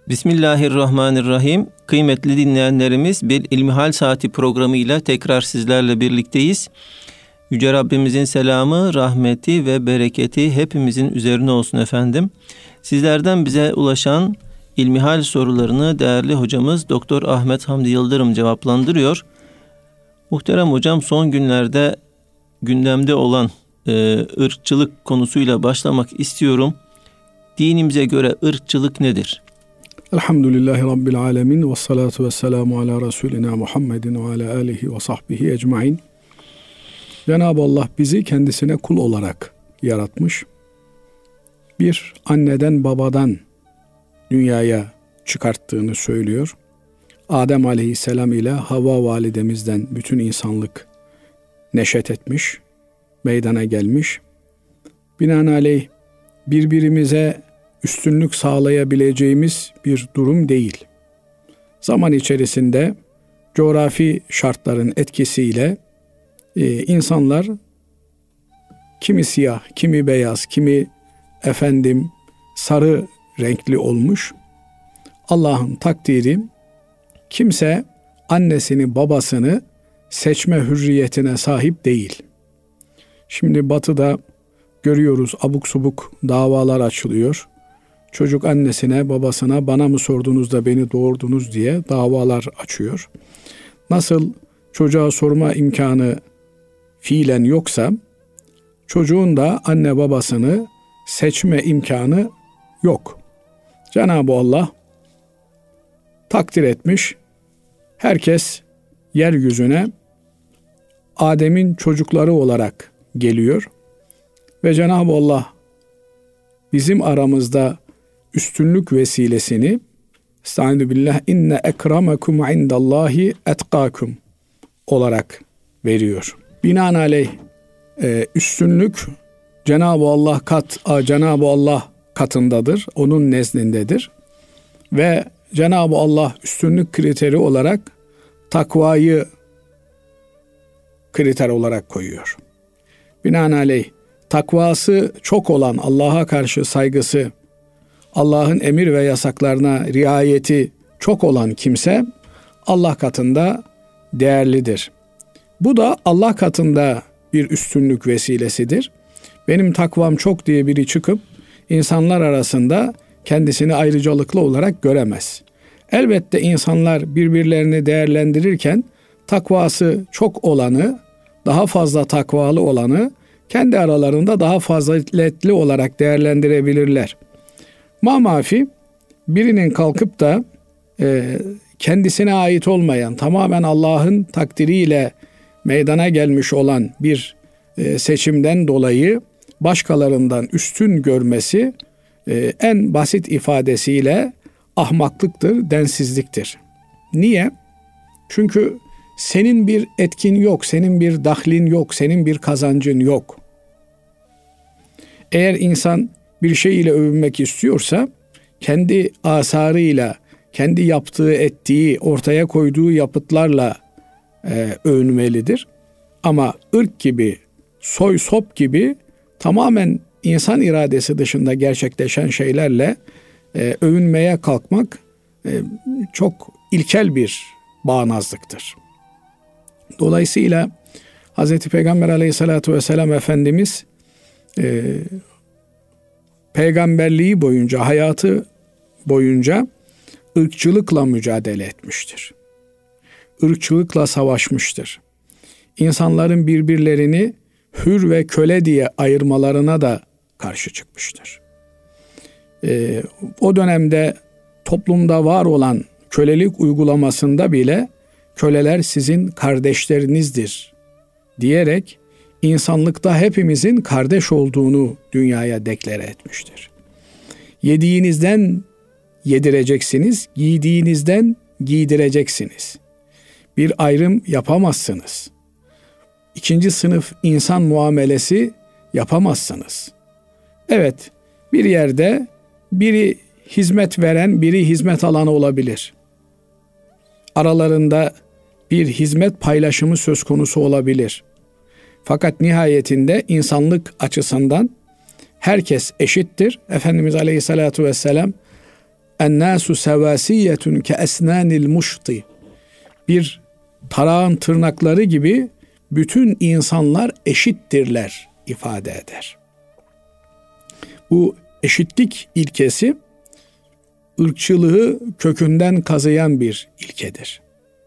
Bismillahirrahmanirrahim. Kıymetli dinleyenlerimiz, bir İlmihal Saati programıyla tekrar sizlerle birlikteyiz. Yüce Rabbimizin selamı, rahmeti ve bereketi hepimizin üzerine olsun efendim. Sizlerden bize ulaşan İlmihal sorularını değerli hocamız Doktor Ahmet Hamdi Yıldırım cevaplandırıyor. Muhterem hocam, son günlerde gündemde olan ırkçılık konusuyla başlamak istiyorum. Dinimize göre ırkçılık nedir? Elhamdülillahi Rabbil alemin ve salatu ve selamu ala Resulina Muhammedin ve ala alihi ve sahbihi ecmain. Cenab-ı Allah bizi kendisine kul olarak yaratmış. Bir anneden babadan dünyaya çıkarttığını söylüyor. Adem aleyhisselam ile Havva validemizden bütün insanlık neşet etmiş, meydana gelmiş. Binaenaleyh birbirimize üstünlük sağlayabileceğimiz bir durum değil. Zaman içerisinde coğrafi şartların etkisiyle insanlar kimi siyah, kimi beyaz, kimi sarı renkli olmuş. Allah'ın takdiri, kimse annesini babasını seçme hürriyetine sahip değil. Şimdi batıda görüyoruz, abuk subuk davalar açılıyor. Çocuk annesine babasına bana mı sordunuz da beni doğurdunuz diye davalar açıyor. Nasıl çocuğa sorma imkanı fiilen yoksa çocuğun da anne babasını seçme imkanı yok. Cenab-ı Allah takdir etmiş. Herkes yeryüzüne Adem'in çocukları olarak geliyor. Ve Cenab-ı Allah bizim aramızda üstünlük vesilesini Estaizu billah inne ekremekum indallahi etkakum olarak veriyor. Binaenaleyh üstünlük Cenab-ı Allah katındadır. Onun nezdindedir. Ve Cenab-ı Allah üstünlük kriteri olarak takvayı kriter olarak koyuyor. Binaenaleyh takvası çok olan, Allah'a karşı saygısı, Allah'ın emir ve yasaklarına riayeti çok olan kimse Allah katında değerlidir. Bu da Allah katında bir üstünlük vesilesidir. Benim takvam çok diye biri çıkıp insanlar arasında kendisini ayrıcalıklı olarak göremez. Elbette insanlar birbirlerini değerlendirirken takvası çok olanı, daha fazla takvalı olanı kendi aralarında daha faziletli olarak değerlendirebilirler. Mamafi birinin kalkıp da kendisine ait olmayan, tamamen Allah'ın takdiriyle meydana gelmiş olan bir seçimden dolayı başkalarından üstün görmesi en basit ifadesiyle ahmaklıktır, densizliktir. Niye? Çünkü senin bir etkin yok, senin bir dahlin yok, senin bir kazancın yok. Eğer insan bir şey ile övünmek istiyorsa kendi asarıyla, kendi yaptığı, ettiği, ortaya koyduğu yapıtlarla övünmelidir. Ama ırk gibi, soy sop gibi tamamen insan iradesi dışında gerçekleşen şeylerle övünmeye kalkmak çok ilkel bir bağnazlıktır. Dolayısıyla Hz. Peygamber aleyhissalatu vesselam Efendimiz peygamberliği boyunca, hayatı boyunca ırkçılıkla mücadele etmiştir. Irkçılıkla savaşmıştır. İnsanların birbirlerini hür ve köle diye ayırmalarına da karşı çıkmıştır. O dönemde toplumda var olan kölelik uygulamasında bile köleler sizin kardeşlerinizdir diyerek insanlıkta hepimizin kardeş olduğunu dünyaya deklare etmiştir. Yediğinizden yedireceksiniz, giydiğinizden giydireceksiniz. Bir ayrım yapamazsınız. İkinci sınıf insan muamelesi yapamazsınız. Evet, bir yerde biri hizmet veren, biri hizmet alanı olabilir. Aralarında bir hizmet paylaşımı söz konusu olabilir. Fakat nihayetinde insanlık açısından herkes eşittir. Efendimiz Aleyhisselatü Vesselam ennâsu sevâsiyyetun ke esnânil muşti. Bir tarağın tırnakları gibi bütün insanlar eşittirler ifade eder. Bu eşitlik ilkesi ırkçılığı kökünden kazıyan bir ilkedir.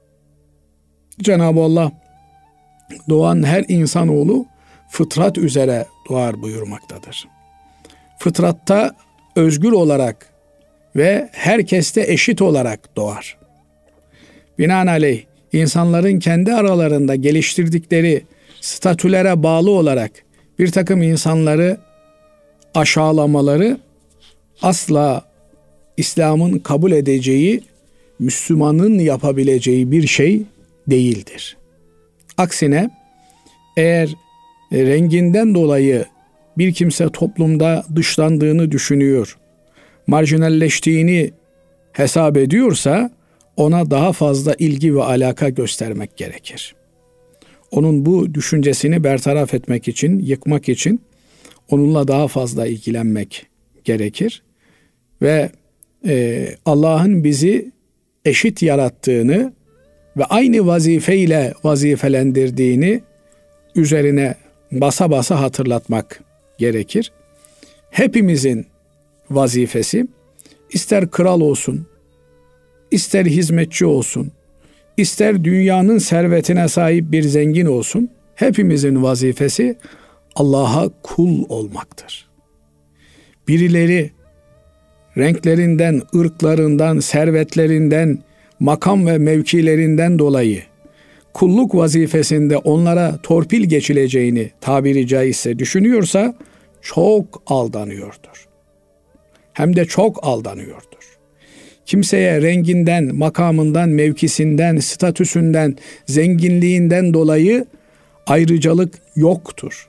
Cenab-ı Allah doğan her insanoğlu fıtrat üzere doğar buyurmaktadır. Fıtratta özgür olarak ve herkeste eşit olarak doğar. Binaenaleyh insanların kendi aralarında geliştirdikleri statülere bağlı olarak bir takım insanları aşağılamaları asla İslam'ın kabul edeceği, Müslümanın yapabileceği bir şey değildir. Aksine eğer renginden dolayı bir kimse toplumda dışlandığını düşünüyor, marjinalleştiğini hesap ediyorsa ona daha fazla ilgi ve alaka göstermek gerekir. Onun bu düşüncesini bertaraf etmek için, yıkmak için onunla daha fazla ilgilenmek gerekir. Ve Allah'ın bizi eşit yarattığını ve aynı vazifeyle vazifelendirdiğini üzerine basa basa hatırlatmak gerekir. Hepimizin vazifesi, ister kral olsun, ister hizmetçi olsun, ister dünyanın servetine sahip bir zengin olsun, hepimizin vazifesi Allah'a kul olmaktır. Birileri renklerinden, ırklarından, servetlerinden, makam ve mevkilerinden dolayı kulluk vazifesinde onlara torpil geçileceğini tabiri caizse düşünüyorsa çok aldanıyordur. Hem de çok aldanıyordur. Kimseye renginden, makamından, mevkisinden, statüsünden, zenginliğinden dolayı ayrıcalık yoktur.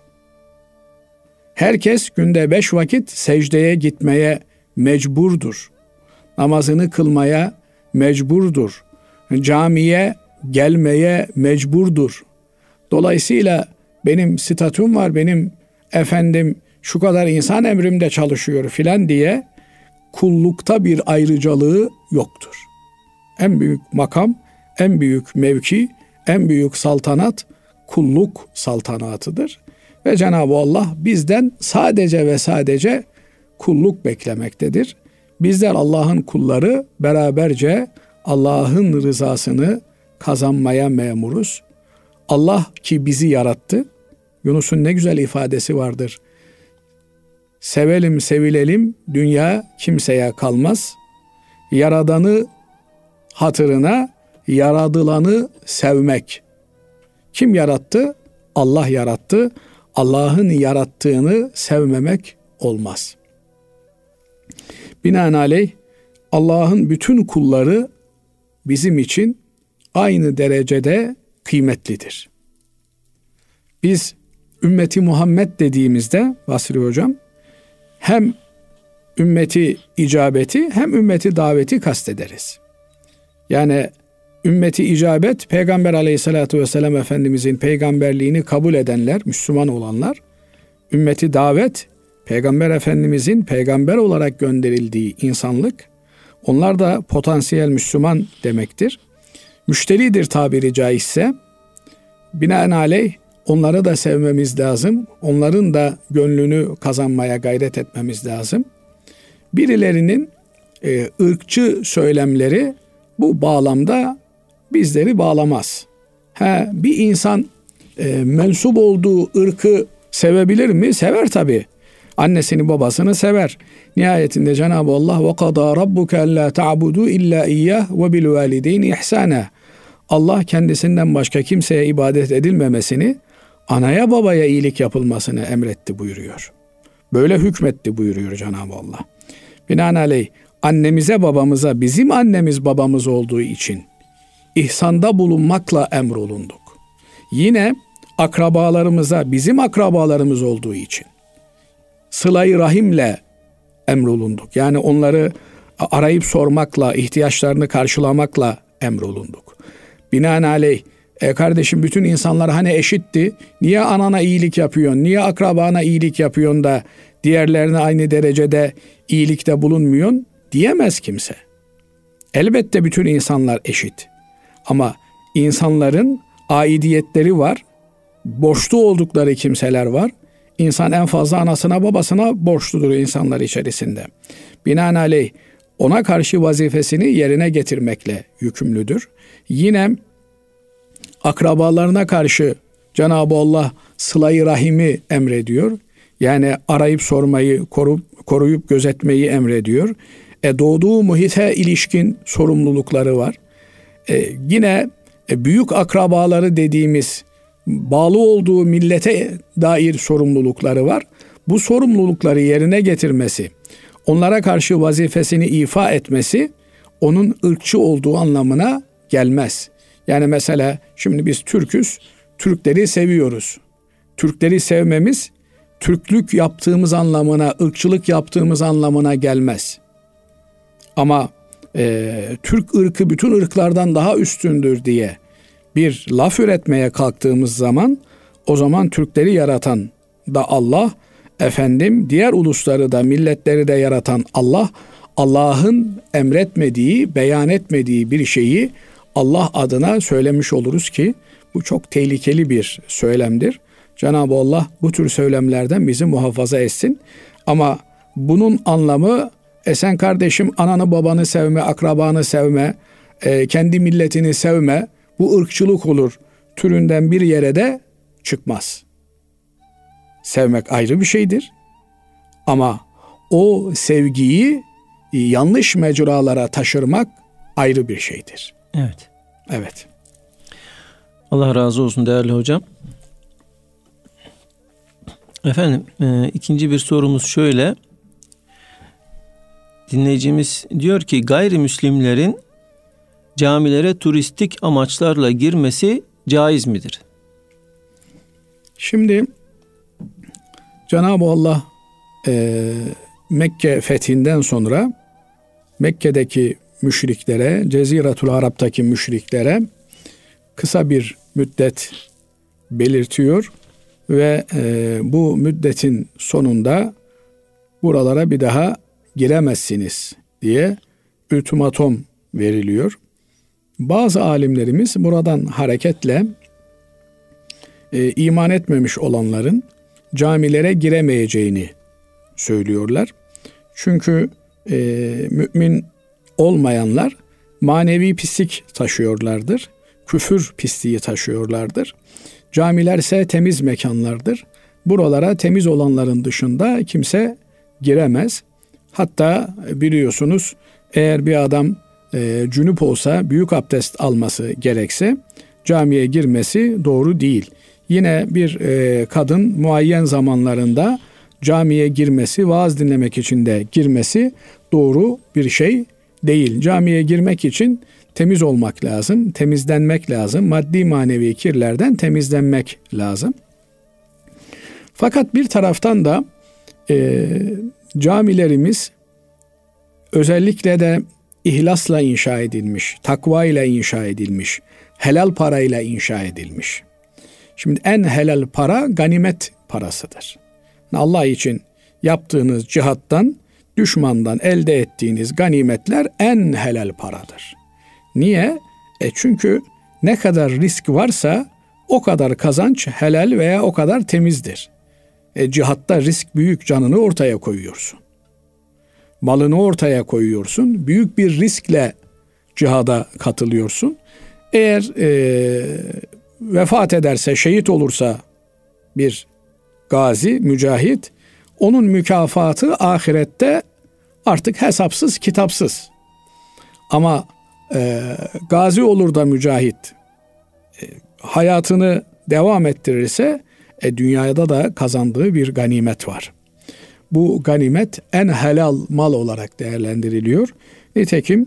Herkes günde 5 vakit secdeye gitmeye mecburdur. Namazını kılmaya mecburdur. Camiye gelmeye mecburdur. Dolayısıyla benim statüm var, benim efendim şu kadar insan emrimde çalışıyor filan diye kullukta bir ayrıcalığı yoktur. En büyük makam, en büyük mevki, en büyük saltanat kulluk saltanatıdır. Ve Cenab-ı Allah bizden sadece ve sadece kulluk beklemektedir. Bizler Allah'ın kulları, beraberce Allah'ın rızasını kazanmaya memuruz. Allah ki bizi yarattı. Yunus'un ne güzel ifadesi vardır. Sevelim sevilelim, dünya kimseye kalmaz. Yaradanı hatırına, yaradılanı sevmek. Kim yarattı? Allah yarattı. Allah'ın yarattığını sevmemek olmaz. Binaenaleyh Allah'ın bütün kulları bizim için aynı derecede kıymetlidir. Biz ümmeti Muhammed dediğimizde Basri Hocam hem ümmeti icabeti hem ümmeti daveti kastederiz. Yani ümmeti icabet Peygamber Aleyhisselatü Vesselam Efendimizin peygamberliğini kabul edenler, Müslüman olanlar. Ümmeti davet Peygamber Efendimizin peygamber olarak gönderildiği insanlık. Onlar da potansiyel Müslüman demektir. Müşteridir tabiri caizse. Binaenaleyh onları da sevmemiz lazım. Onların da gönlünü kazanmaya gayret etmemiz lazım. Birilerinin ırkçı söylemleri bu bağlamda bizleri bağlamaz. Bir insan mensup olduğu ırkı sevebilir mi? Sever tabii. Annesini babasını sever. Nihayetinde Cenab-ı Allah وَقَضَى رَبُّكَ أَلَّا تَعْبُدُوا إِلَّا إِيَّهُ وَبِالْوَالِدَيْنِ إِحْسَانًا. Allah kendisinden başka kimseye ibadet edilmemesini, anaya babaya iyilik yapılmasını emretti buyuruyor. Böyle hükmetti buyuruyor Cenab-ı Allah. Binaenaleyh annemize babamıza bizim annemiz babamız olduğu için ihsanda bulunmakla emrolunduk. Yine akrabalarımıza bizim akrabalarımız olduğu için sıla-i rahimle emrolunduk. Yani onları arayıp sormakla, ihtiyaçlarını karşılamakla emrolunduk. Binaenaleyh kardeşim bütün insanlar hani eşitti. Niye anana iyilik yapıyorsun? Niye akrabana iyilik yapıyorsun da diğerlerine aynı derecede iyilikte bulunmuyorsun? diyemez kimse. Elbette bütün insanlar eşit. Ama insanların aidiyetleri var. Borçlu oldukları kimseler var. İnsan en fazla anasına babasına borçludur insanlar içerisinde. Binaenaleyh ona karşı vazifesini yerine getirmekle yükümlüdür. Yine akrabalarına karşı Cenab-ı Allah sıla-i rahimi emrediyor. Yani arayıp sormayı, koruyup gözetmeyi emrediyor. Doğduğu muhite ilişkin sorumlulukları var. Yine büyük akrabaları dediğimiz bağlı olduğu millete dair sorumlulukları var. Bu sorumlulukları yerine getirmesi, onlara karşı vazifesini ifa etmesi onun ırkçı olduğu anlamına gelmez. Yani mesela şimdi biz Türk'üz, Türkleri seviyoruz. Türkleri sevmemiz Türklük yaptığımız anlamına, ırkçılık yaptığımız anlamına gelmez. Ama Türk ırkı bütün ırklardan daha üstündür diye bir laf üretmeye kalktığımız zaman, o zaman Türkleri yaratan da Allah, diğer ulusları da milletleri de yaratan Allah, Allah'ın emretmediği, beyan etmediği bir şeyi Allah adına söylemiş oluruz ki bu çok tehlikeli bir söylemdir. Cenab-ı Allah bu tür söylemlerden bizi muhafaza etsin. Ama bunun anlamı sen kardeşim ananı babanı sevme, akrabanı sevme, kendi milletini sevme, bu ırkçılık olur türünden bir yere de çıkmaz. Sevmek ayrı bir şeydir. Ama o sevgiyi yanlış mecralara taşırmak ayrı bir şeydir. Evet. Evet. Allah razı olsun değerli hocam. Efendim ikinci bir sorumuz şöyle. Dinleyicimiz diyor ki gayrimüslimlerin camilere turistik amaçlarla girmesi caiz midir? Şimdi Cenab-ı Allah Mekke fethinden sonra Mekke'deki müşriklere, Ceziretul Arap'taki müşriklere kısa bir müddet belirtiyor ve bu müddetin sonunda buralara bir daha giremezsiniz diye ultimatum veriliyor. Bazı alimlerimiz buradan hareketle iman etmemiş olanların camilere giremeyeceğini söylüyorlar. Çünkü mümin olmayanlar manevi pislik taşıyorlardır. Küfür pisliği taşıyorlardır. Camiler ise temiz mekanlardır. Buralara temiz olanların dışında kimse giremez. Hatta biliyorsunuz eğer bir adam cünüp olsa büyük abdest alması gerekse camiye girmesi doğru değil. Yine bir kadın muayyen zamanlarında camiye girmesi, vaaz dinlemek için de girmesi doğru bir şey değil. Camiye girmek için temiz olmak lazım, temizlenmek lazım. Maddi manevi kirlerden temizlenmek lazım. Fakat bir taraftan da camilerimiz özellikle de ihlasla inşa edilmiş, takva ile inşa edilmiş, helal parayla inşa edilmiş. Şimdi en helal para ganimet parasıdır. Allah için yaptığınız cihattan, düşmandan elde ettiğiniz ganimetler en helal paradır. Niye? Çünkü ne kadar risk varsa o kadar kazanç helal veya o kadar temizdir. Cihatta risk büyük, canını ortaya koyuyorsun. Malını ortaya koyuyorsun. Büyük bir riskle cihada katılıyorsun. Eğer vefat ederse, şehit olursa bir gazi, mücahit, onun mükafatı ahirette artık hesapsız, kitapsız. Ama gazi olur da mücahit hayatını devam ettirirse dünyada da kazandığı bir ganimet var. Bu ganimet en helal mal olarak değerlendiriliyor. Nitekim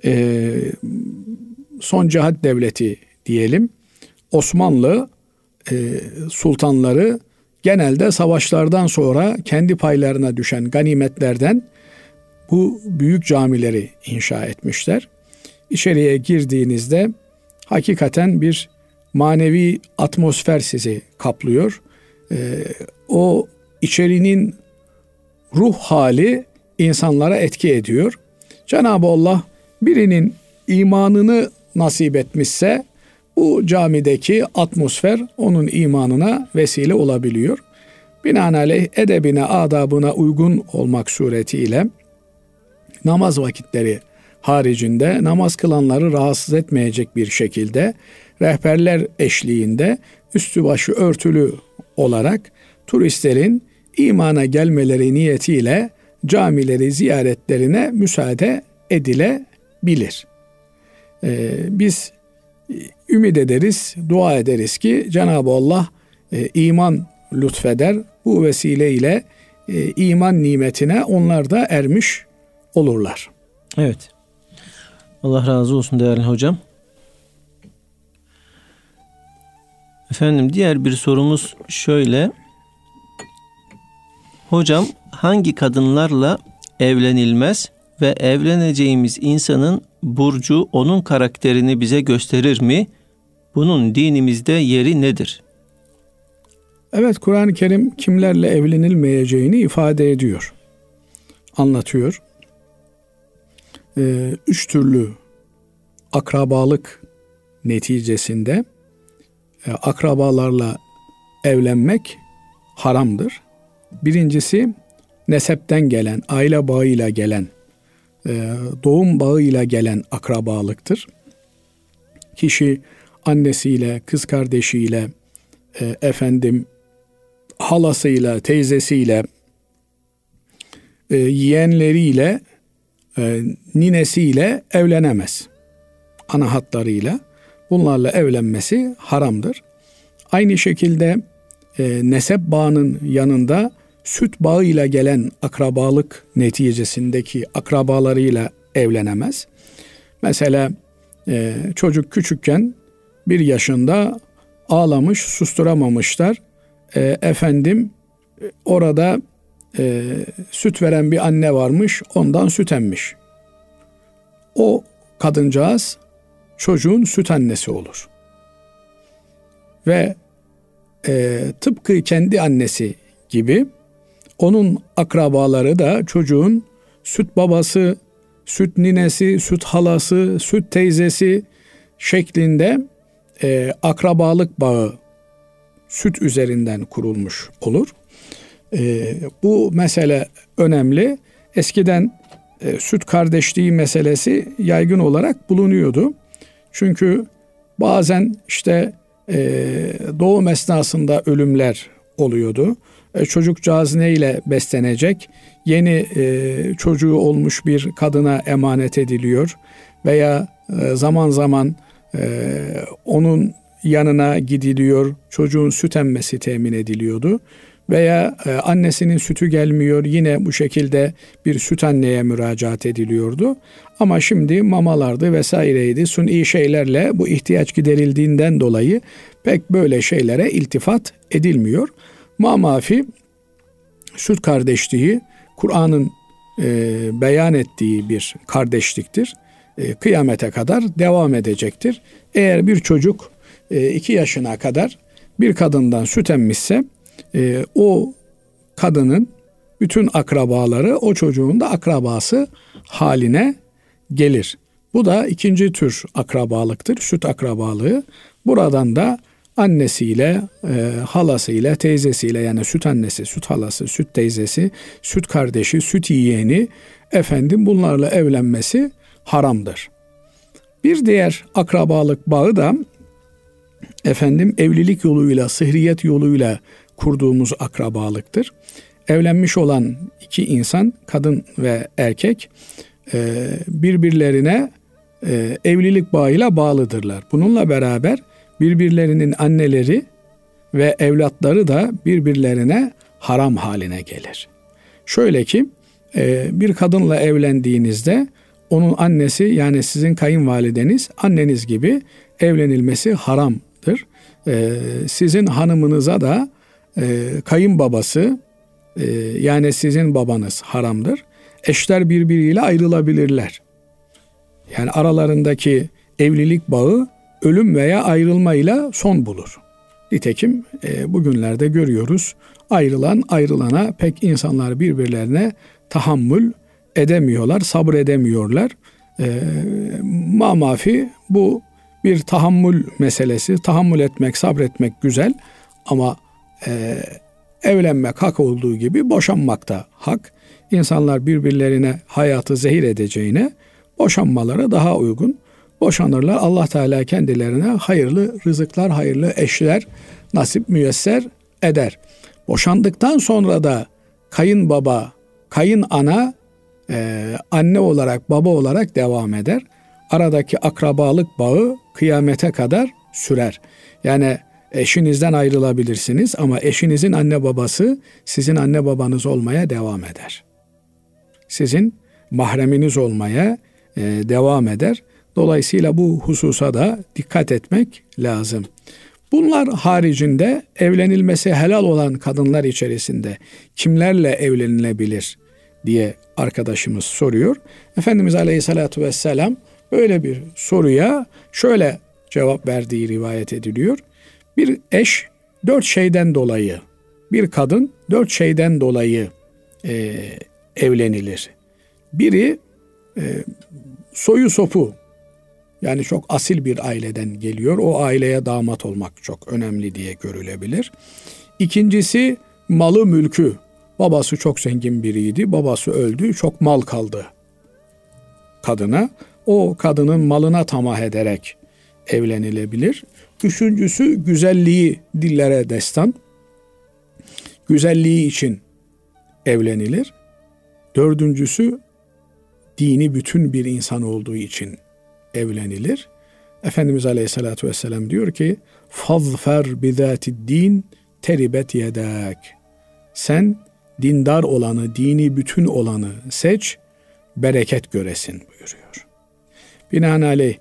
son cihat devleti diyelim, Osmanlı sultanları genelde savaşlardan sonra kendi paylarına düşen ganimetlerden bu büyük camileri inşa etmişler. İçeriye girdiğinizde hakikaten bir manevi atmosfer sizi kaplıyor. O içerinin ruh hali insanlara etki ediyor. Cenab-ı Allah birinin imanını nasip etmişse bu camideki atmosfer onun imanına vesile olabiliyor. Binaenaleyh edebine, adabına uygun olmak suretiyle namaz vakitleri haricinde namaz kılanları rahatsız etmeyecek bir şekilde rehberler eşliğinde üstü başı örtülü olarak turistlerin imana gelmeleri niyetiyle camileri ziyaretlerine müsaade edilebilir. Biz ümit ederiz, dua ederiz ki Cenab-ı Allah iman lütfeder. Bu vesileyle iman nimetine onlar da ermiş olurlar. Evet. Allah razı olsun değerli hocam. Efendim diğer bir sorumuz şöyle. Hocam hangi kadınlarla evlenilmez ve evleneceğimiz insanın burcu onun karakterini bize gösterir mi? Bunun dinimizde yeri nedir? Evet, Kur'an-ı Kerim kimlerle evlenilmeyeceğini ifade ediyor. Anlatıyor. 3 türlü akrabalık neticesinde akrabalarla evlenmek haramdır. Birincisi nesepten gelen, aile bağıyla gelen, doğum bağıyla gelen akrabalıktır. Kişi annesiyle, kız kardeşiyle, halasıyla, teyzesiyle, yeğenleriyle, ninesiyle evlenemez. Ana hatlarıyla bunlarla evlenmesi haramdır. Aynı şekilde nesep bağının yanında süt bağıyla gelen akrabalık neticesindeki akrabalarıyla evlenemez. Mesela çocuk küçükken 1 yaşında ağlamış, susturamamışlar. Orada süt veren bir anne varmış, ondan süt emmiş. O kadıncağız çocuğun süt annesi olur. Ve tıpkı kendi annesi gibi onun akrabaları da çocuğun süt babası, süt ninesi, süt halası, süt teyzesi şeklinde akrabalık bağı süt üzerinden kurulmuş olur. Bu mesele önemli. Eskiden süt kardeşliği meselesi yaygın olarak bulunuyordu. Çünkü bazen doğum esnasında ölümler oluyordu. Çocukcağız neyle beslenecek? Yeni çocuğu olmuş bir kadına emanet ediliyor veya zaman zaman onun yanına gidiliyor, çocuğun süt emmesi temin ediliyordu. Veya annesinin sütü gelmiyor, yine bu şekilde bir süt anneye müracaat ediliyordu. Ama şimdi mamalardı vesaireydi, suni şeylerle bu ihtiyaç giderildiğinden dolayı pek böyle şeylere iltifat edilmiyor. Mamafi süt kardeşliği Kur'an'ın beyan ettiği bir kardeşliktir. Kıyamete kadar devam edecektir. Eğer bir çocuk 2 yaşına kadar bir kadından süt emmişse o kadının bütün akrabaları o çocuğun da akrabası haline gelir. Bu da 2. tür akrabalıktır, süt akrabalığı. Buradan da annesiyle, halasıyla, teyzesiyle, yani süt annesi, süt halası, süt teyzesi, süt kardeşi, süt yeğeni bunlarla evlenmesi haramdır. Bir diğer akrabalık bağı da evlilik yoluyla, sıhriyet yoluyla kurduğumuz akrabalıktır. Evlenmiş olan 2 insan, kadın ve erkek, birbirlerine evlilik bağıyla bağlıdırlar. Bununla beraber birbirlerinin anneleri ve evlatları da birbirlerine haram haline gelir. Şöyle ki bir kadınla evlendiğinizde onun annesi, yani sizin kayınvalideniz anneniz gibi evlenilmesi haramdır. Sizin hanımınıza da kayınbabası, yani sizin babanız haramdır. Eşler birbiriyle ayrılabilirler. Yani aralarındaki evlilik bağı ölüm veya ayrılmayla son bulur. Nitekim bugünlerde görüyoruz, ayrılana pek insanlar birbirlerine tahammül edemiyorlar, sabredemiyorlar. Mamafi bu bir tahammül meselesi. Tahammül etmek, sabretmek güzel ama evlenmek hak olduğu gibi boşanmak da hak. İnsanlar birbirlerine hayatı zehir edeceğine boşanmalara daha uygun. Boşanırlar. Allah Teala kendilerine hayırlı rızıklar, hayırlı eşler nasip müyesser eder. Boşandıktan sonra da kayınbaba, kayınana anne olarak, baba olarak devam eder. Aradaki akrabalık bağı kıyamete kadar sürer. Yani eşinizden ayrılabilirsiniz ama eşinizin anne babası sizin anne babanız olmaya devam eder. Sizin mahreminiz olmaya devam eder. Dolayısıyla bu hususa da dikkat etmek lazım. Bunlar haricinde evlenilmesi helal olan kadınlar içerisinde kimlerle evlenilebilir diye arkadaşımız soruyor. Efendimiz Aleyhisselatü Vesselam böyle bir soruya şöyle cevap verdiği rivayet ediliyor. Bir eş 4 şeyden dolayı, bir kadın 4 şeyden dolayı evlenilir. Biri soyu sopu, yani çok asil bir aileden geliyor. O aileye damat olmak çok önemli diye görülebilir. İkincisi malı mülkü. Babası çok zengin biriydi. Babası öldü. Çok mal kaldı kadına. O kadının malına tamah ederek evlenilebilir. Üçüncüsü güzelliği dillere destan. Güzelliği için evlenilir. Dördüncüsü dini bütün bir insan olduğu için evlenilir. Efendimiz Aleyhisselatü Vesselam diyor ki فَظْفَرْ بِذَاتِ din teribet yedek. Sen dindar olanı, dini bütün olanı seç, bereket göresin buyuruyor. Binaenaleyh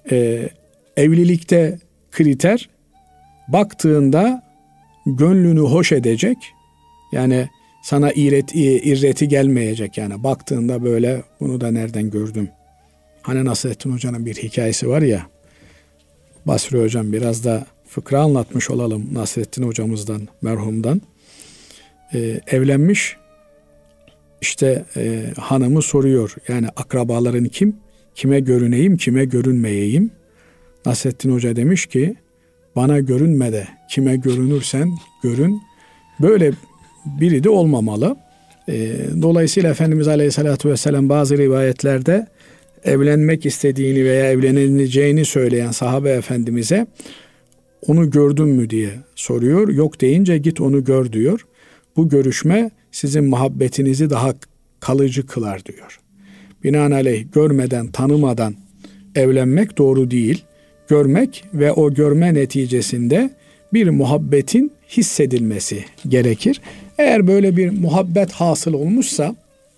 evlilikte kriter baktığında gönlünü hoş edecek, yani sana irreti gelmeyecek, yani baktığında böyle bunu da nereden gördüm. Hani Nasrettin Hoca'nın bir hikayesi var ya, Basri Hocam biraz da fıkra anlatmış olalım Nasrettin Hocamızdan, merhumdan. Evlenmiş, işte hanımı soruyor, yani akrabaların kim? Kime görüneyim, kime görünmeyeyim? Nasrettin Hoca demiş ki, bana görünme de kime görünürsen görün. Böyle biri de olmamalı. Dolayısıyla Efendimiz Aleyhisselatü Vesselam bazı rivayetlerde evlenmek istediğini veya evlenileceğini söyleyen sahabe efendimize onu gördün mü diye soruyor. Yok deyince git onu gör diyor. Bu görüşme sizin muhabbetinizi daha kalıcı kılar diyor. Binaenaleyh görmeden, tanımadan evlenmek doğru değil. Görmek ve o görme neticesinde bir muhabbetin hissedilmesi gerekir. Eğer böyle bir muhabbet hasıl olmuşsa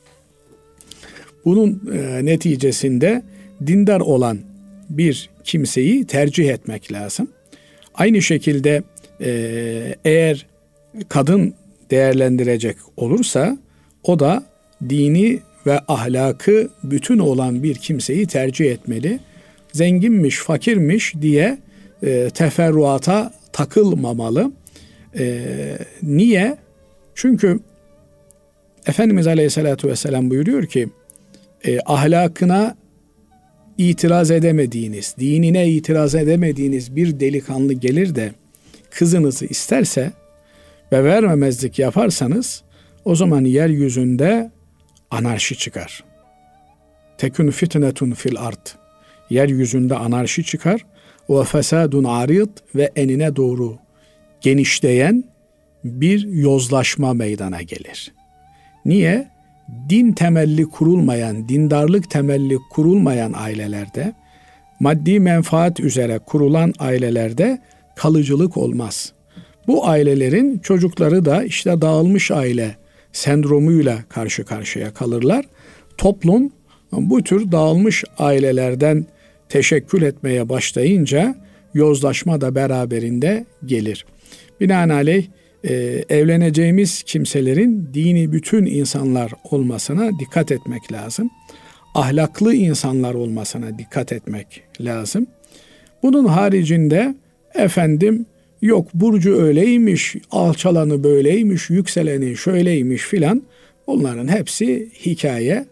bunun neticesinde dindar olan bir kimseyi tercih etmek lazım. Aynı şekilde eğer kadın değerlendirecek olursa o da dini ve ahlakı bütün olan bir kimseyi tercih etmeli. Zenginmiş, fakirmiş diye teferruata takılmamalı. Niye? Çünkü Efendimiz Aleyhisselatü Vesselam buyuruyor ki ahlakına itiraz edemediğiniz, dinine itiraz edemediğiniz bir delikanlı gelir de kızınızı isterse ve vermemezlik yaparsanız o zaman yeryüzünde anarşi çıkar. Tekün fitnetun fil ard. Yeryüzünde anarşi çıkar. Ve fesadun arid ve enine doğru genişleyen bir yozlaşma meydana gelir. Niye? Din temelli kurulmayan, dindarlık temelli kurulmayan ailelerde, maddi menfaat üzere kurulan ailelerde kalıcılık olmaz. Bu ailelerin çocukları da işte dağılmış aile sendromuyla karşı karşıya kalırlar. Toplum bu tür dağılmış ailelerden teşekkül etmeye başlayınca yozlaşma da beraberinde gelir. Binaenaleyh evleneceğimiz kimselerin dini bütün insanlar olmasına dikkat etmek lazım. Ahlaklı insanlar olmasına dikkat etmek lazım. Bunun haricinde efendim yok burcu öyleymiş, alçalanı böyleymiş, yükseleni şöyleymiş filan, bunların hepsi hikaye.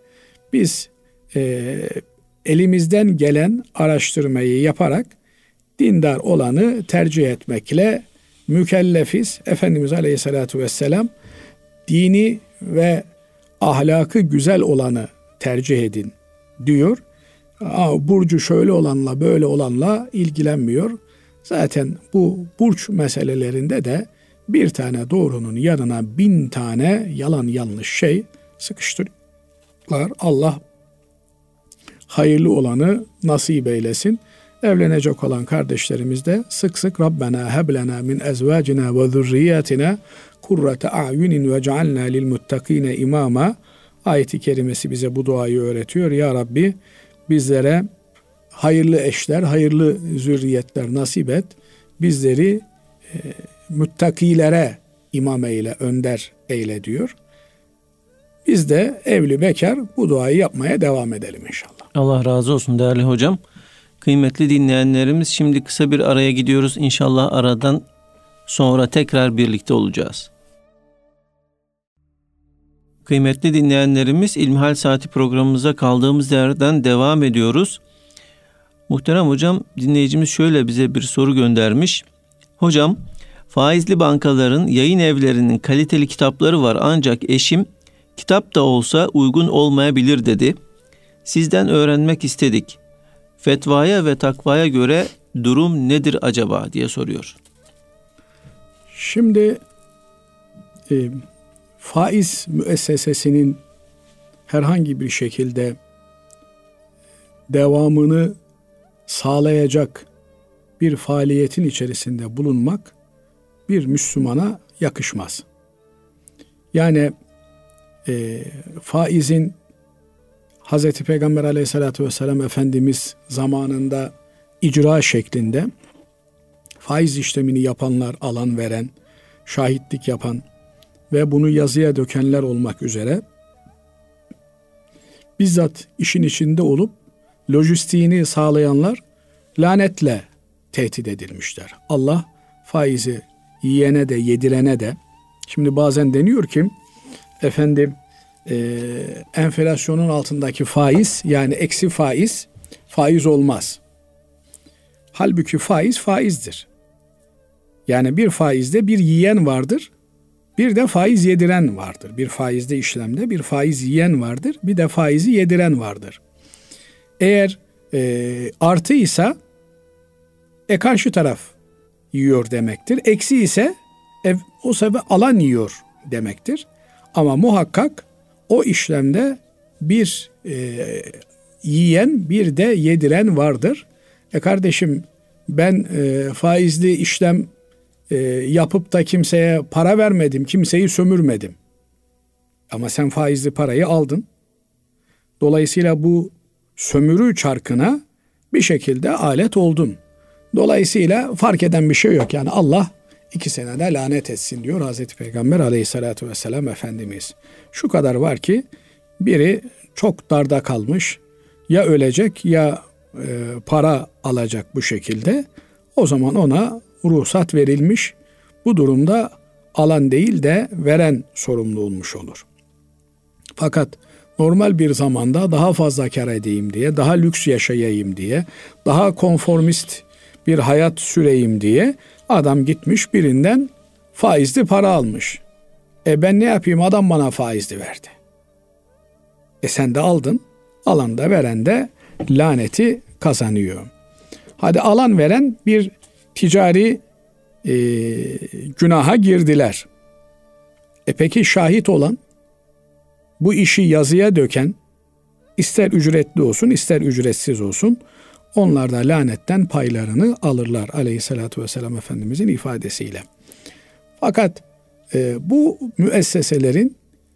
Biz elimizden gelen araştırmayı yaparak dindar olanı tercih etmekle mükellefiz. Efendimiz Aleyhisselatü Vesselam dini ve ahlakı güzel olanı tercih edin diyor. Burcu şöyle olanla böyle olanla ilgilenmiyor. Zaten bu burç meselelerinde de bir tane doğrunun yanına 1000 tane yalan yanlış şey sıkıştırıyorlar. Allah hayırlı olanı nasip eylesin. Evlenecek olan kardeşlerimiz de sık sık Rabbena heblena min ezvacina ve zurriyatina kurrate a'yunin ve cealna lil muttakine imama ayeti kerimesi bize bu duayı öğretiyor. Ya Rabbi bizlere hayırlı eşler, hayırlı zürriyetler nasip et. Bizleri müttakilere imam eyle, önder eyle diyor. Biz de evli bekar bu duayı yapmaya devam edelim inşallah. Allah razı olsun değerli hocam. Kıymetli dinleyenlerimiz, şimdi kısa bir araya gidiyoruz. İnşallah aradan sonra tekrar birlikte olacağız. Kıymetli dinleyenlerimiz, İlmihal Saati programımıza kaldığımız yerden devam ediyoruz. Muhterem hocam, dinleyicimiz şöyle bize bir soru göndermiş. Hocam, faizli bankaların yayın evlerinin kaliteli kitapları var ancak eşim kitap da olsa uygun olmayabilir dedi. Sizden öğrenmek istedik. Fetvaya ve takvaya göre durum nedir acaba diye soruyor. Şimdi faiz müessesesinin herhangi bir şekilde devamını sağlayacak bir faaliyetin içerisinde bulunmak bir Müslümana yakışmaz. Yani faizin Hz. Peygamber Aleyhisselatü Vesselam Efendimiz zamanında icra şeklinde faiz işlemini yapanlar, alan veren, şahitlik yapan ve bunu yazıya dökenler olmak üzere bizzat işin içinde olup lojistiğini sağlayanlar lanetle tehdit edilmişler. Allah faizi yiyene de yedirene de, şimdi bazen deniyor ki efendim enflasyonun altındaki faiz, yani eksi faiz olmaz. Halbuki faiz faizdir. Yani bir faizde bir yiyen vardır, bir de faiz yediren vardır. Bir faizde işlemde bir faiz yiyen vardır, bir de faizi yediren vardır. Eğer artıysa karşı taraf yiyor demektir. Eksi ise o sebeple alan yiyor demektir. Ama muhakkak o işlemde bir yiyen bir de yediren vardır. Kardeşim ben faizli işlem yapıp da kimseye para vermedim, kimseyi sömürmedim. Ama sen faizli parayı aldın. Dolayısıyla bu sömürü çarkına bir şekilde alet oldun. Dolayısıyla fark eden bir şey yok. Yani Allah ikisine de lanet etsin diyor Hazreti Peygamber Aleyhisselatü Vesselam Efendimiz. Şu kadar var ki biri çok darda kalmış, ya ölecek ya para alacak bu şekilde. O zaman ona ruhsat verilmiş. Bu durumda alan değil de veren sorumlu olmuş olur. Fakat normal bir zamanda daha fazla kar edeyim diye, daha lüks yaşayayım diye, daha konformist bir hayat süreyim diye adam gitmiş birinden faizli para almış. Ben ne yapayım, adam bana faizli verdi. Sen de aldın, alan da veren de laneti kazanıyor. Hadi alan veren bir ticari günaha girdiler. Peki şahit olan, bu işi yazıya döken, ister ücretli olsun ister ücretsiz olsun, onlar da lanetten paylarını alırlar Aleyhisselatü Vesselam Efendimizin ifadesiyle. Fakat bu müesseselerin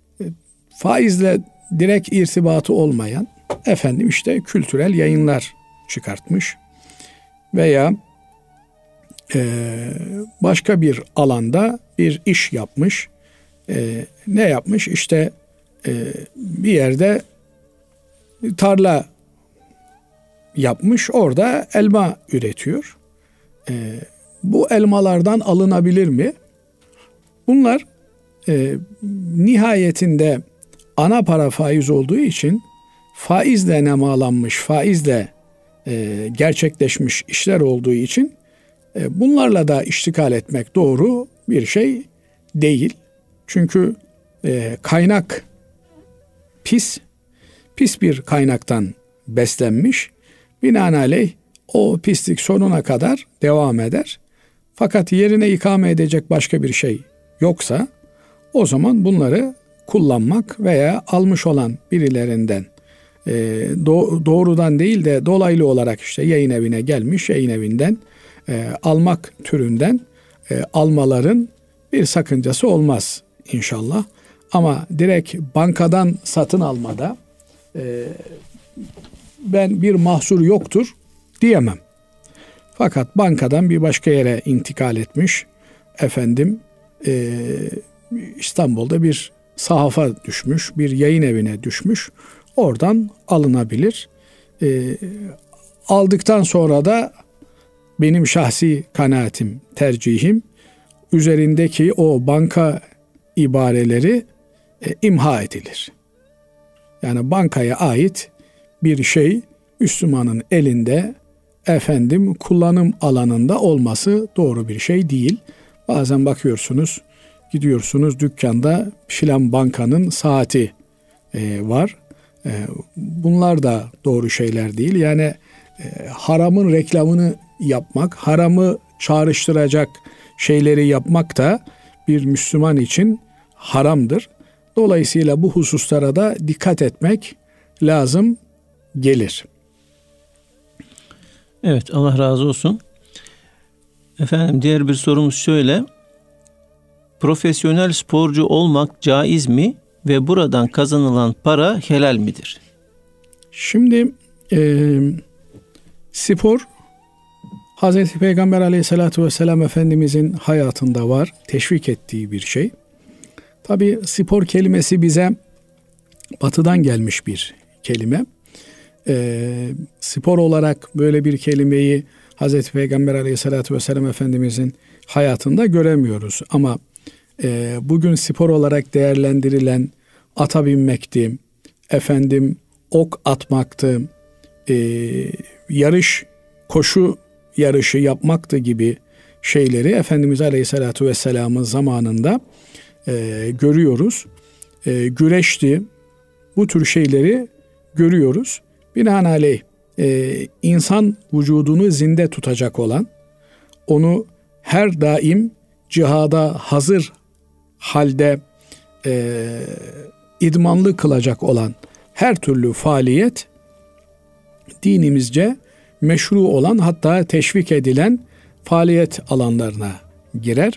faizle direkt irtibatı olmayan efendim işte kültürel yayınlar çıkartmış veya başka bir alanda bir iş yapmış. Ne yapmış? İşte bir yerde tarla yapmış, orada elma üretiyor. Bu elmalardan alınabilir mi? Bunlar nihayetinde ana para faiz olduğu için faizle nemalanmış, faizle gerçekleşmiş işler olduğu için bunlarla da iştikal etmek doğru bir şey değil. Çünkü kaynak pis bir kaynaktan beslenmiş. Binaenaleyh o pislik sonuna kadar devam eder. Fakat yerine ikame edecek başka bir şey yoksa o zaman bunları kullanmak veya almış olan birilerinden doğrudan değil de dolaylı olarak işte yayın evine gelmiş, yayın evinden almak türünden almaların bir sakıncası olmaz inşallah. Ama direkt bankadan satın almada ben bir mahsur yoktur diyemem. Fakat bankadan bir başka yere intikal etmiş, İstanbul'da bir sahafa düşmüş, bir yayın evine düşmüş, oradan alınabilir. Aldıktan sonra da benim şahsi kanaatim, tercihim, üzerindeki o banka ibareleri imha edilir. Yani bankaya ait bir şey Müslümanın elinde kullanım alanında olması doğru bir şey değil. Bazen bakıyorsunuz, gidiyorsunuz dükkanda filan bankanın saati var. Bunlar da doğru şeyler değil. Yani haramın reklamını yapmak, haramı çağrıştıracak şeyleri yapmak da bir Müslüman için haramdır. Dolayısıyla bu hususlara da dikkat etmek lazım gelir. Evet, Allah razı olsun. Efendim, diğer bir sorumuz şöyle. Profesyonel sporcu olmak caiz mi ve buradan kazanılan para helal midir? Şimdi spor Hazreti Peygamber Aleyhisselatü Vesselam Efendimizin hayatında var, teşvik ettiği bir şey. Tabi spor kelimesi bize batıdan gelmiş bir kelime. Spor olarak böyle bir kelimeyi Hazreti Peygamber Aleyhisselatü Vesselam Efendimizin hayatında göremiyoruz. Ama bugün spor olarak değerlendirilen ata binmekti, ok atmaktı, koşu yarışı yapmaktı gibi şeyleri Efendimiz Aleyhisselatü Vesselam'ın zamanında görüyoruz. Güreşti, bu tür şeyleri görüyoruz. Binaenaleyh insan vücudunu zinde tutacak olan, onu her daim cihada hazır halde idmanlı kılacak olan her türlü faaliyet dinimizce meşru olan, hatta teşvik edilen faaliyet alanlarına girer.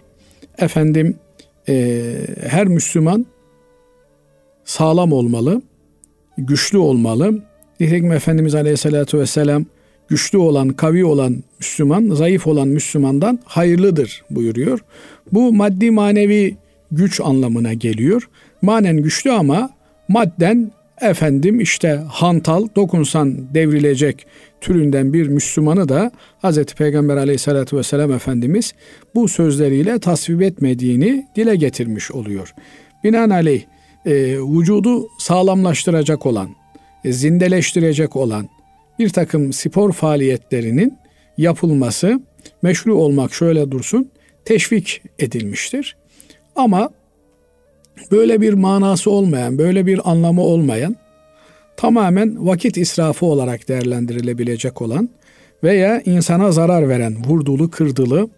Her Müslüman sağlam olmalı, güçlü olmalı. Nitekim Efendimiz Aleyhisselatü Vesselam güçlü olan, kavi olan Müslüman, zayıf olan Müslümandan hayırlıdır buyuruyor. Bu maddi manevi güç anlamına geliyor. Manen güçlü ama madden hantal, dokunsan devrilecek türünden bir Müslümanı da Hazreti Peygamber Aleyhisselatü Vesselam Efendimiz bu sözleriyle tasvip etmediğini dile getirmiş oluyor. Binaenaleyh vücudu sağlamlaştıracak olan, zindeleştirecek olan bir takım spor faaliyetlerinin yapılması, meşru olmak şöyle dursun, teşvik edilmiştir. Ama böyle bir manası olmayan, böyle bir anlamı olmayan, tamamen vakit israfı olarak değerlendirilebilecek olan veya insana zarar veren, vurdulu, kırdılı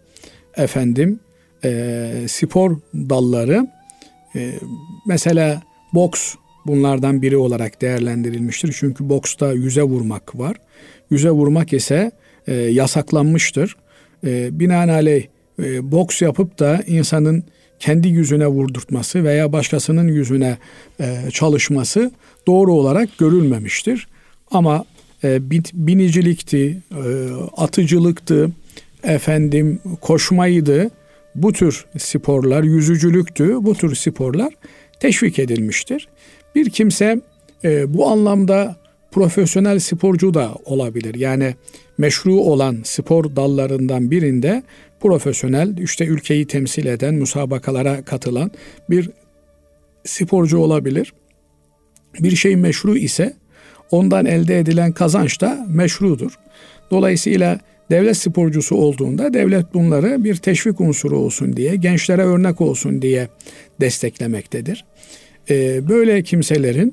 spor dalları, mesela boks bunlardan biri olarak değerlendirilmiştir. Çünkü boksta yüze vurmak var. Yüze vurmak ise yasaklanmıştır. Binaenaleyh boks yapıp da insanın kendi yüzüne vurdurtması veya başkasının yüzüne çalışması doğru olarak görülmemiştir. Ama binicilikti, atıcılıktı, koşmaydı, bu tür sporlar, yüzücülüktü, bu tür sporlar teşvik edilmiştir. Bir kimse bu anlamda profesyonel sporcu da olabilir. Yani meşru olan spor dallarından birinde profesyonel, ülkeyi temsil eden, müsabakalara katılan bir sporcu olabilir. Bir şey meşru ise ondan elde edilen kazanç da meşrudur. Dolayısıyla devlet sporcusu olduğunda devlet bunları bir teşvik unsuru olsun diye, gençlere örnek olsun diye desteklemektedir. Böyle kimselerin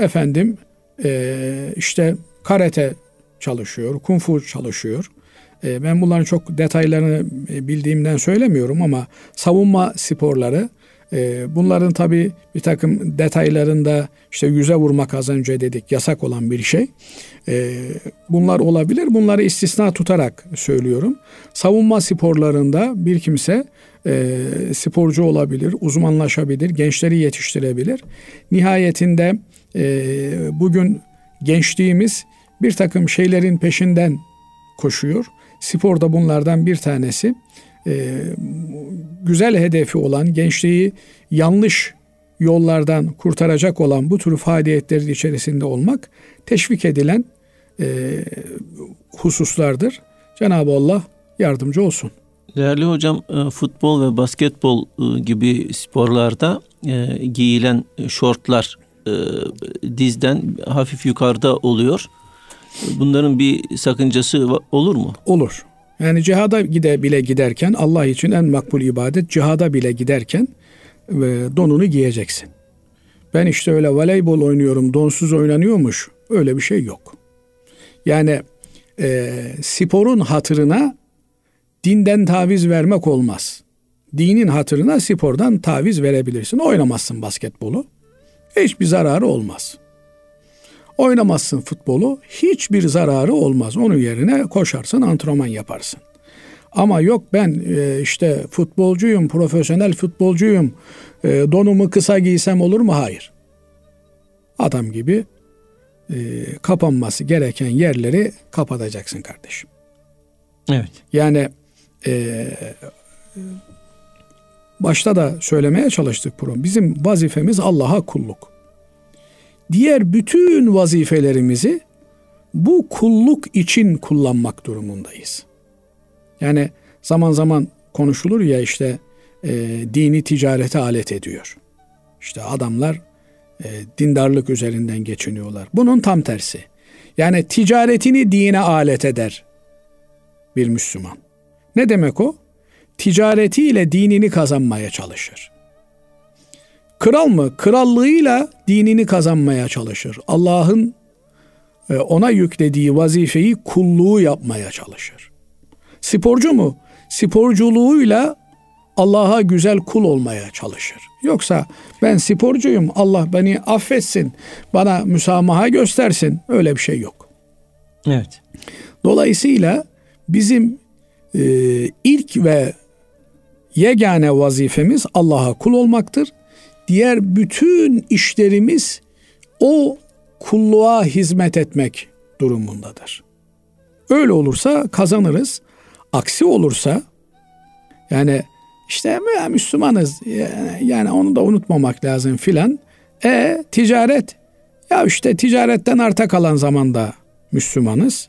işte karate çalışıyor, kung fu çalışıyor. Ben bunların çok detaylarını bildiğimden söylemiyorum ama savunma sporları, bunların tabii bir takım detaylarında işte yüze vurmak az önce dedik yasak olan bir şey. Bunlar olabilir. Bunları istisna tutarak söylüyorum. Savunma sporlarında bir kimse sporcu olabilir, uzmanlaşabilir, gençleri yetiştirebilir. Nihayetinde bugün gençliğimiz bir takım şeylerin peşinden koşuyor. Spor da bunlardan bir tanesi. Güzel hedefi olan, gençliği yanlış yollardan kurtaracak olan bu tür faaliyetlerin içerisinde olmak teşvik edilen hususlardır. Cenab-ı Allah yardımcı olsun. Değerli hocam, futbol ve basketbol gibi sporlarda giyilen şortlar dizden hafif yukarıda oluyor. Bunların bir sakıncası olur mu? Olur. Yani cihada bile giderken, Allah için en makbul ibadet, cihada bile giderken donunu giyeceksin. Ben işte öyle voleybol oynuyorum, donsuz oynanıyormuş. Öyle bir şey yok. Yani sporun hatırına dinden taviz vermek olmaz. Dinin hatırına spordan taviz verebilirsin. Oynamazsın basketbolu. Hiçbir zararı olmaz. Oynamazsın futbolu. Hiçbir zararı olmaz. Onun yerine koşarsın, antrenman yaparsın. Ama yok ben işte futbolcuyum, profesyonel futbolcuyum. Donumu kısa giysem olur mu? Hayır. Adam gibi kapanması gereken yerleri kapatacaksın kardeşim. Evet. Yani başta da söylemeye çalıştık program. Bizim vazifemiz Allah'a kulluk. Diğer bütün vazifelerimizi bu kulluk için kullanmak durumundayız. Yani zaman zaman konuşulur ya işte dini ticarete alet ediyor. İşte adamlar dindarlık üzerinden geçiniyorlar. Bunun tam tersi. Yani ticaretini dine alet eder bir Müslüman. Ne demek o? Ticaretiyle dinini kazanmaya çalışır. Kral mı? Krallığıyla dinini kazanmaya çalışır. Allah'ın ona yüklediği vazifeyi, kulluğu yapmaya çalışır. Sporcu mu? Sporculuğuyla Allah'a güzel kul olmaya çalışır. Yoksa ben sporcuyum, Allah beni affetsin, bana müsamaha göstersin. Öyle bir şey yok. Evet. Dolayısıyla bizim ilk ve yegane vazifemiz Allah'a kul olmaktır. Diğer bütün işlerimiz o kulluğa hizmet etmek durumundadır. Öyle olursa kazanırız. Aksi olursa yani işte Müslümanız yani onu da unutmamak lazım filan. Ticaret ya işte ticaretten arta kalan zamanda Müslümanız.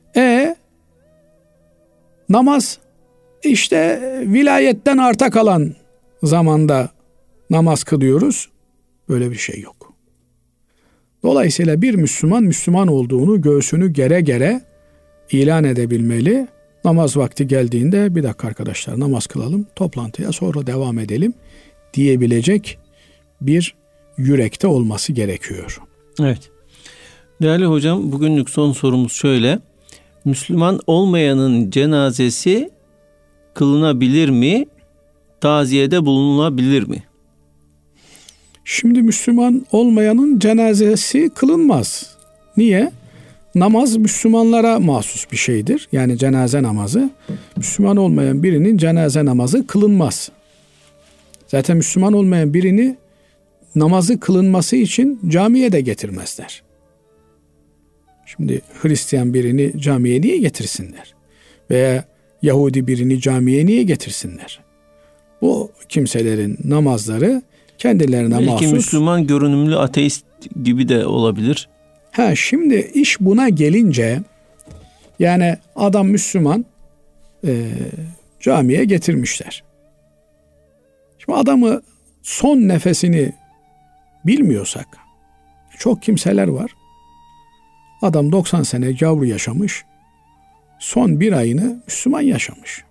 Namaz işte vilayetten arta kalan zamanda namaz kılıyoruz. Böyle bir şey yok. Dolayısıyla bir Müslüman, Müslüman olduğunu göğsünü gere gere ilan edebilmeli. Namaz vakti geldiğinde bir dakika arkadaşlar namaz kılalım, toplantıya sonra devam edelim diyebilecek bir yürekte olması gerekiyor. Evet. Değerli hocam, bugünlük son sorumuz şöyle. Müslüman olmayanın cenazesi kılınabilir mi? Taziyede bulunulabilir mi? Şimdi Müslüman olmayanın cenazesi kılınmaz. Niye? Namaz Müslümanlara mahsus bir şeydir. Yani cenaze namazı. Müslüman olmayan birinin cenaze namazı kılınmaz. Zaten Müslüman olmayan birini namazı kılınması için camiye de getirmezler. Şimdi Hristiyan birini camiye niye getirsinler? Veya Yahudi birini camiye niye getirsinler? Bu kimselerin namazları kendilerine belki mahsus. Belki Müslüman görünümlü ateist gibi de olabilir. Şimdi iş buna gelince yani adam Müslüman camiye getirmişler. Şimdi adamı son nefesini bilmiyorsak çok kimseler var. Adam 90 sene gavur yaşamış. Son bir ayını Müslüman yaşamış.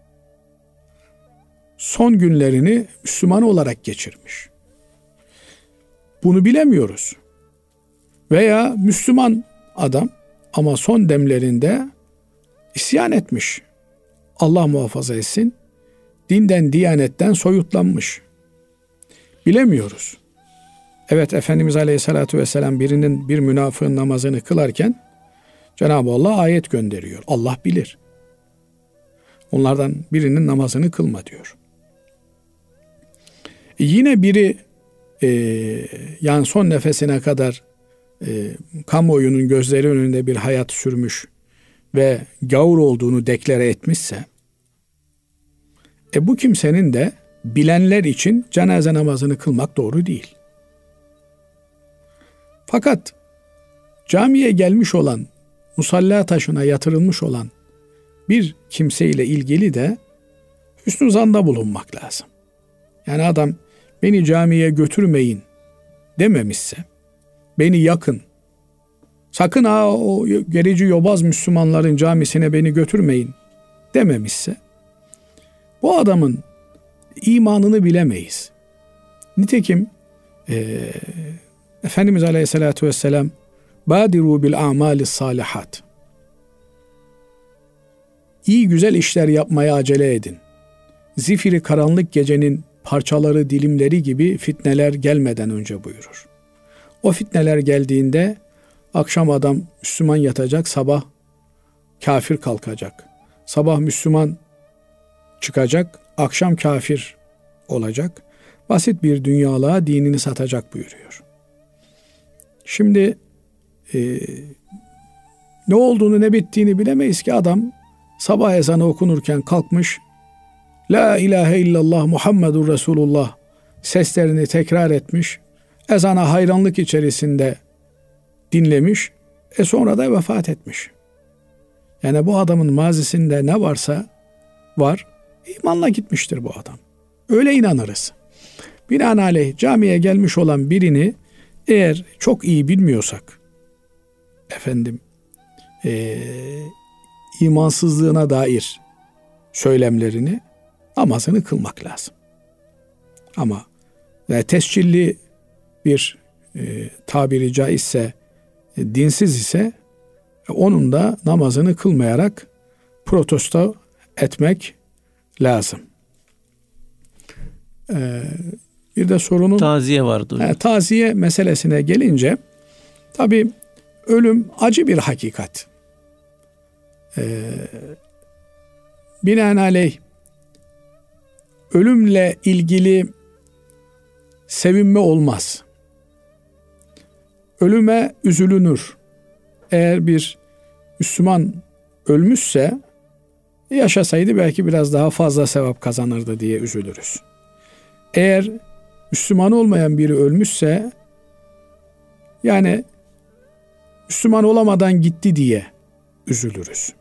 Son günlerini Müslüman olarak geçirmiş. Bunu bilemiyoruz. Veya Müslüman adam ama son demlerinde isyan etmiş. Allah muhafaza etsin. Dinden, diyanetten soyutlanmış. Bilemiyoruz. Evet, Efendimiz Aleyhisselatü Vesselam bir münafığın namazını kılarken Cenab-ı Allah ayet gönderiyor. Allah bilir. Onlardan birinin namazını kılma diyor. Yine biri yani son nefesine kadar kamuoyunun gözleri önünde bir hayat sürmüş ve gavur olduğunu deklare etmişse bu kimsenin de bilenler için cenaze namazını kılmak doğru değil. Fakat camiye gelmiş olan, musalla taşına yatırılmış olan bir kimseyle ilgili de hüsnü zanda bulunmak lazım. Yani adam beni camiye götürmeyin dememişse, beni yakın, sakın o gerici yobaz Müslümanların camisine beni götürmeyin dememişse, bu adamın imanını bilemeyiz. Nitekim Efendimiz Aleyhisselatü Vesselam "Badiru bil a'malis salihat." İyi güzel işler yapmaya acele edin. Zifiri karanlık gecenin parçaları, dilimleri gibi fitneler gelmeden önce buyurur. O fitneler geldiğinde akşam adam Müslüman yatacak, sabah kafir kalkacak. Sabah Müslüman çıkacak, akşam kafir olacak. Basit bir dünyalığa dinini satacak buyuruyor. Şimdi ne olduğunu ne bittiğini bilemeyiz ki adam sabah ezanı okunurken kalkmış, La ilahe illallah Muhammedur Resulullah seslerini tekrar etmiş, ezana hayranlık içerisinde dinlemiş, sonra da vefat etmiş. Yani bu adamın mazisinde ne varsa var, imanla gitmiştir bu adam. Öyle inanırız. Binaenaleyh camiye gelmiş olan birini eğer çok iyi bilmiyorsak, imansızlığına dair söylemlerini, namazını kılmak lazım. Ama tescilli bir tabiri caizse dinsiz ise onun da namazını kılmayarak protesto etmek lazım. Bir de sorunun taziye vardı. Taziye meselesine gelince tabii ölüm acı bir hakikat. Binaenaleyh ölümle ilgili sevinme olmaz. Ölüme üzülünür. Eğer bir Müslüman ölmüşse yaşasaydı belki biraz daha fazla sevap kazanırdı diye üzülürüz. Eğer Müslüman olmayan biri ölmüşse yani Müslüman olamadan gitti diye üzülürüz.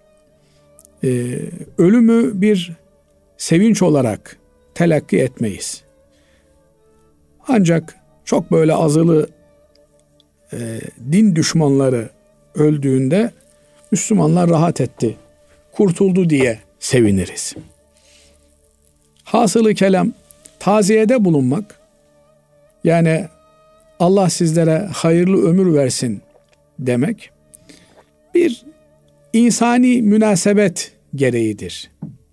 Ölümü bir sevinç olarak telakki etmeyiz. Ancak çok böyle azılı din düşmanları öldüğünde Müslümanlar rahat etti, kurtuldu diye seviniriz. Hasılı kelam, taziyede bulunmak, yani Allah sizlere hayırlı ömür versin demek, bir insani münasebet gereğidir.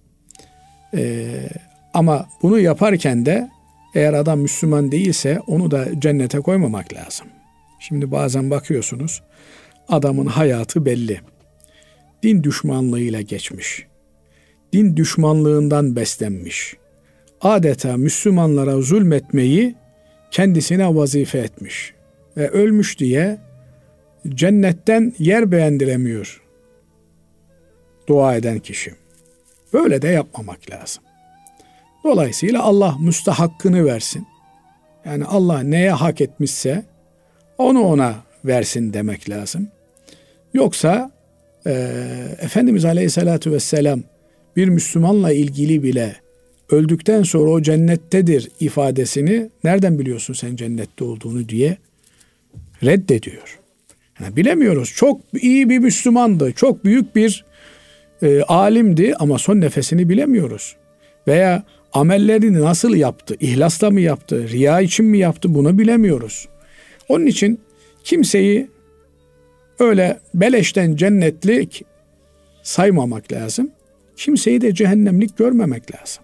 Ama bunu yaparken de eğer adam Müslüman değilse onu da cennete koymamak lazım. Şimdi bazen bakıyorsunuz adamın hayatı belli. Din düşmanlığıyla geçmiş. Din düşmanlığından beslenmiş. Adeta Müslümanlara zulmetmeyi kendisine vazife etmiş. Ve ölmüş diye cennetten yer beğendiremiyor dua eden kişi. Böyle de yapmamak lazım. Dolayısıyla Allah müstahakkını versin. Yani Allah neye hak etmişse onu ona versin demek lazım. Yoksa Efendimiz Aleyhisselatü Vesselam bir Müslümanla ilgili bile öldükten sonra o cennettedir ifadesini nereden biliyorsun sen cennette olduğunu diye reddediyor. Yani bilemiyoruz. Çok iyi bir Müslümandı, çok büyük bir alimdi ama son nefesini bilemiyoruz. Veya amellerini nasıl yaptı, ihlasla mı yaptı, riya için mi yaptı, bunu bilemiyoruz. Onun için kimseyi öyle beleşten cennetlik saymamak lazım. Kimseyi de cehennemlik görmemek lazım.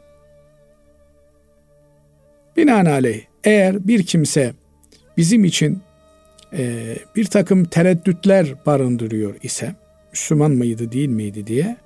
Binaenaleyh eğer bir kimse bizim için bir takım tereddütler barındırıyor ise, Müslüman mıydı değil miydi diye,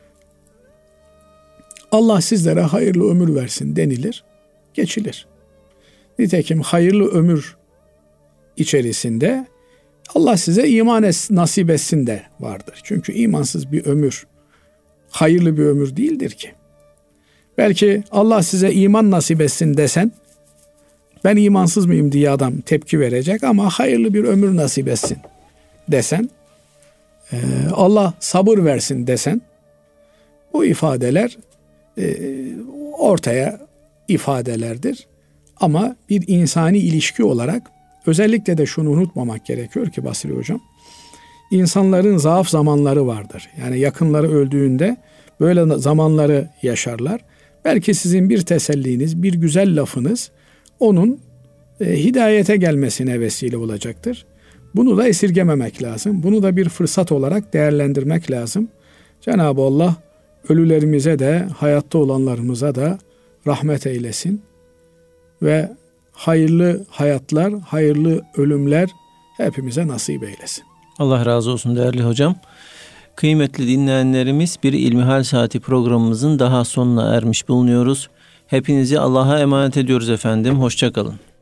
Allah sizlere hayırlı ömür versin denilir, geçilir. Nitekim hayırlı ömür içerisinde Allah size iman nasip etsin de vardır. Çünkü imansız bir ömür hayırlı bir ömür değildir ki. Belki Allah size iman nasip etsin desen, ben imansız mıyım diye adam tepki verecek, ama hayırlı bir ömür nasip etsin desen, Allah sabır versin desen, bu ifadeler ortaya ifadelerdir. Ama bir insani ilişki olarak özellikle de şunu unutmamak gerekiyor ki Basri Hocam, insanların zaaf zamanları vardır. Yani yakınları öldüğünde böyle zamanları yaşarlar. Belki sizin bir teselliniz, bir güzel lafınız onun hidayete gelmesine vesile olacaktır. Bunu da esirgememek lazım. Bunu da bir fırsat olarak değerlendirmek lazım. Cenab-ı Allah ölülerimize de hayatta olanlarımıza da rahmet eylesin ve hayırlı hayatlar, hayırlı ölümler hepimize nasip eylesin. Allah razı olsun değerli hocam. Kıymetli dinleyenlerimiz, bir İlmihal Saati programımızın daha sonuna ermiş bulunuyoruz. Hepinizi Allah'a emanet ediyoruz efendim. Hoşça kalın.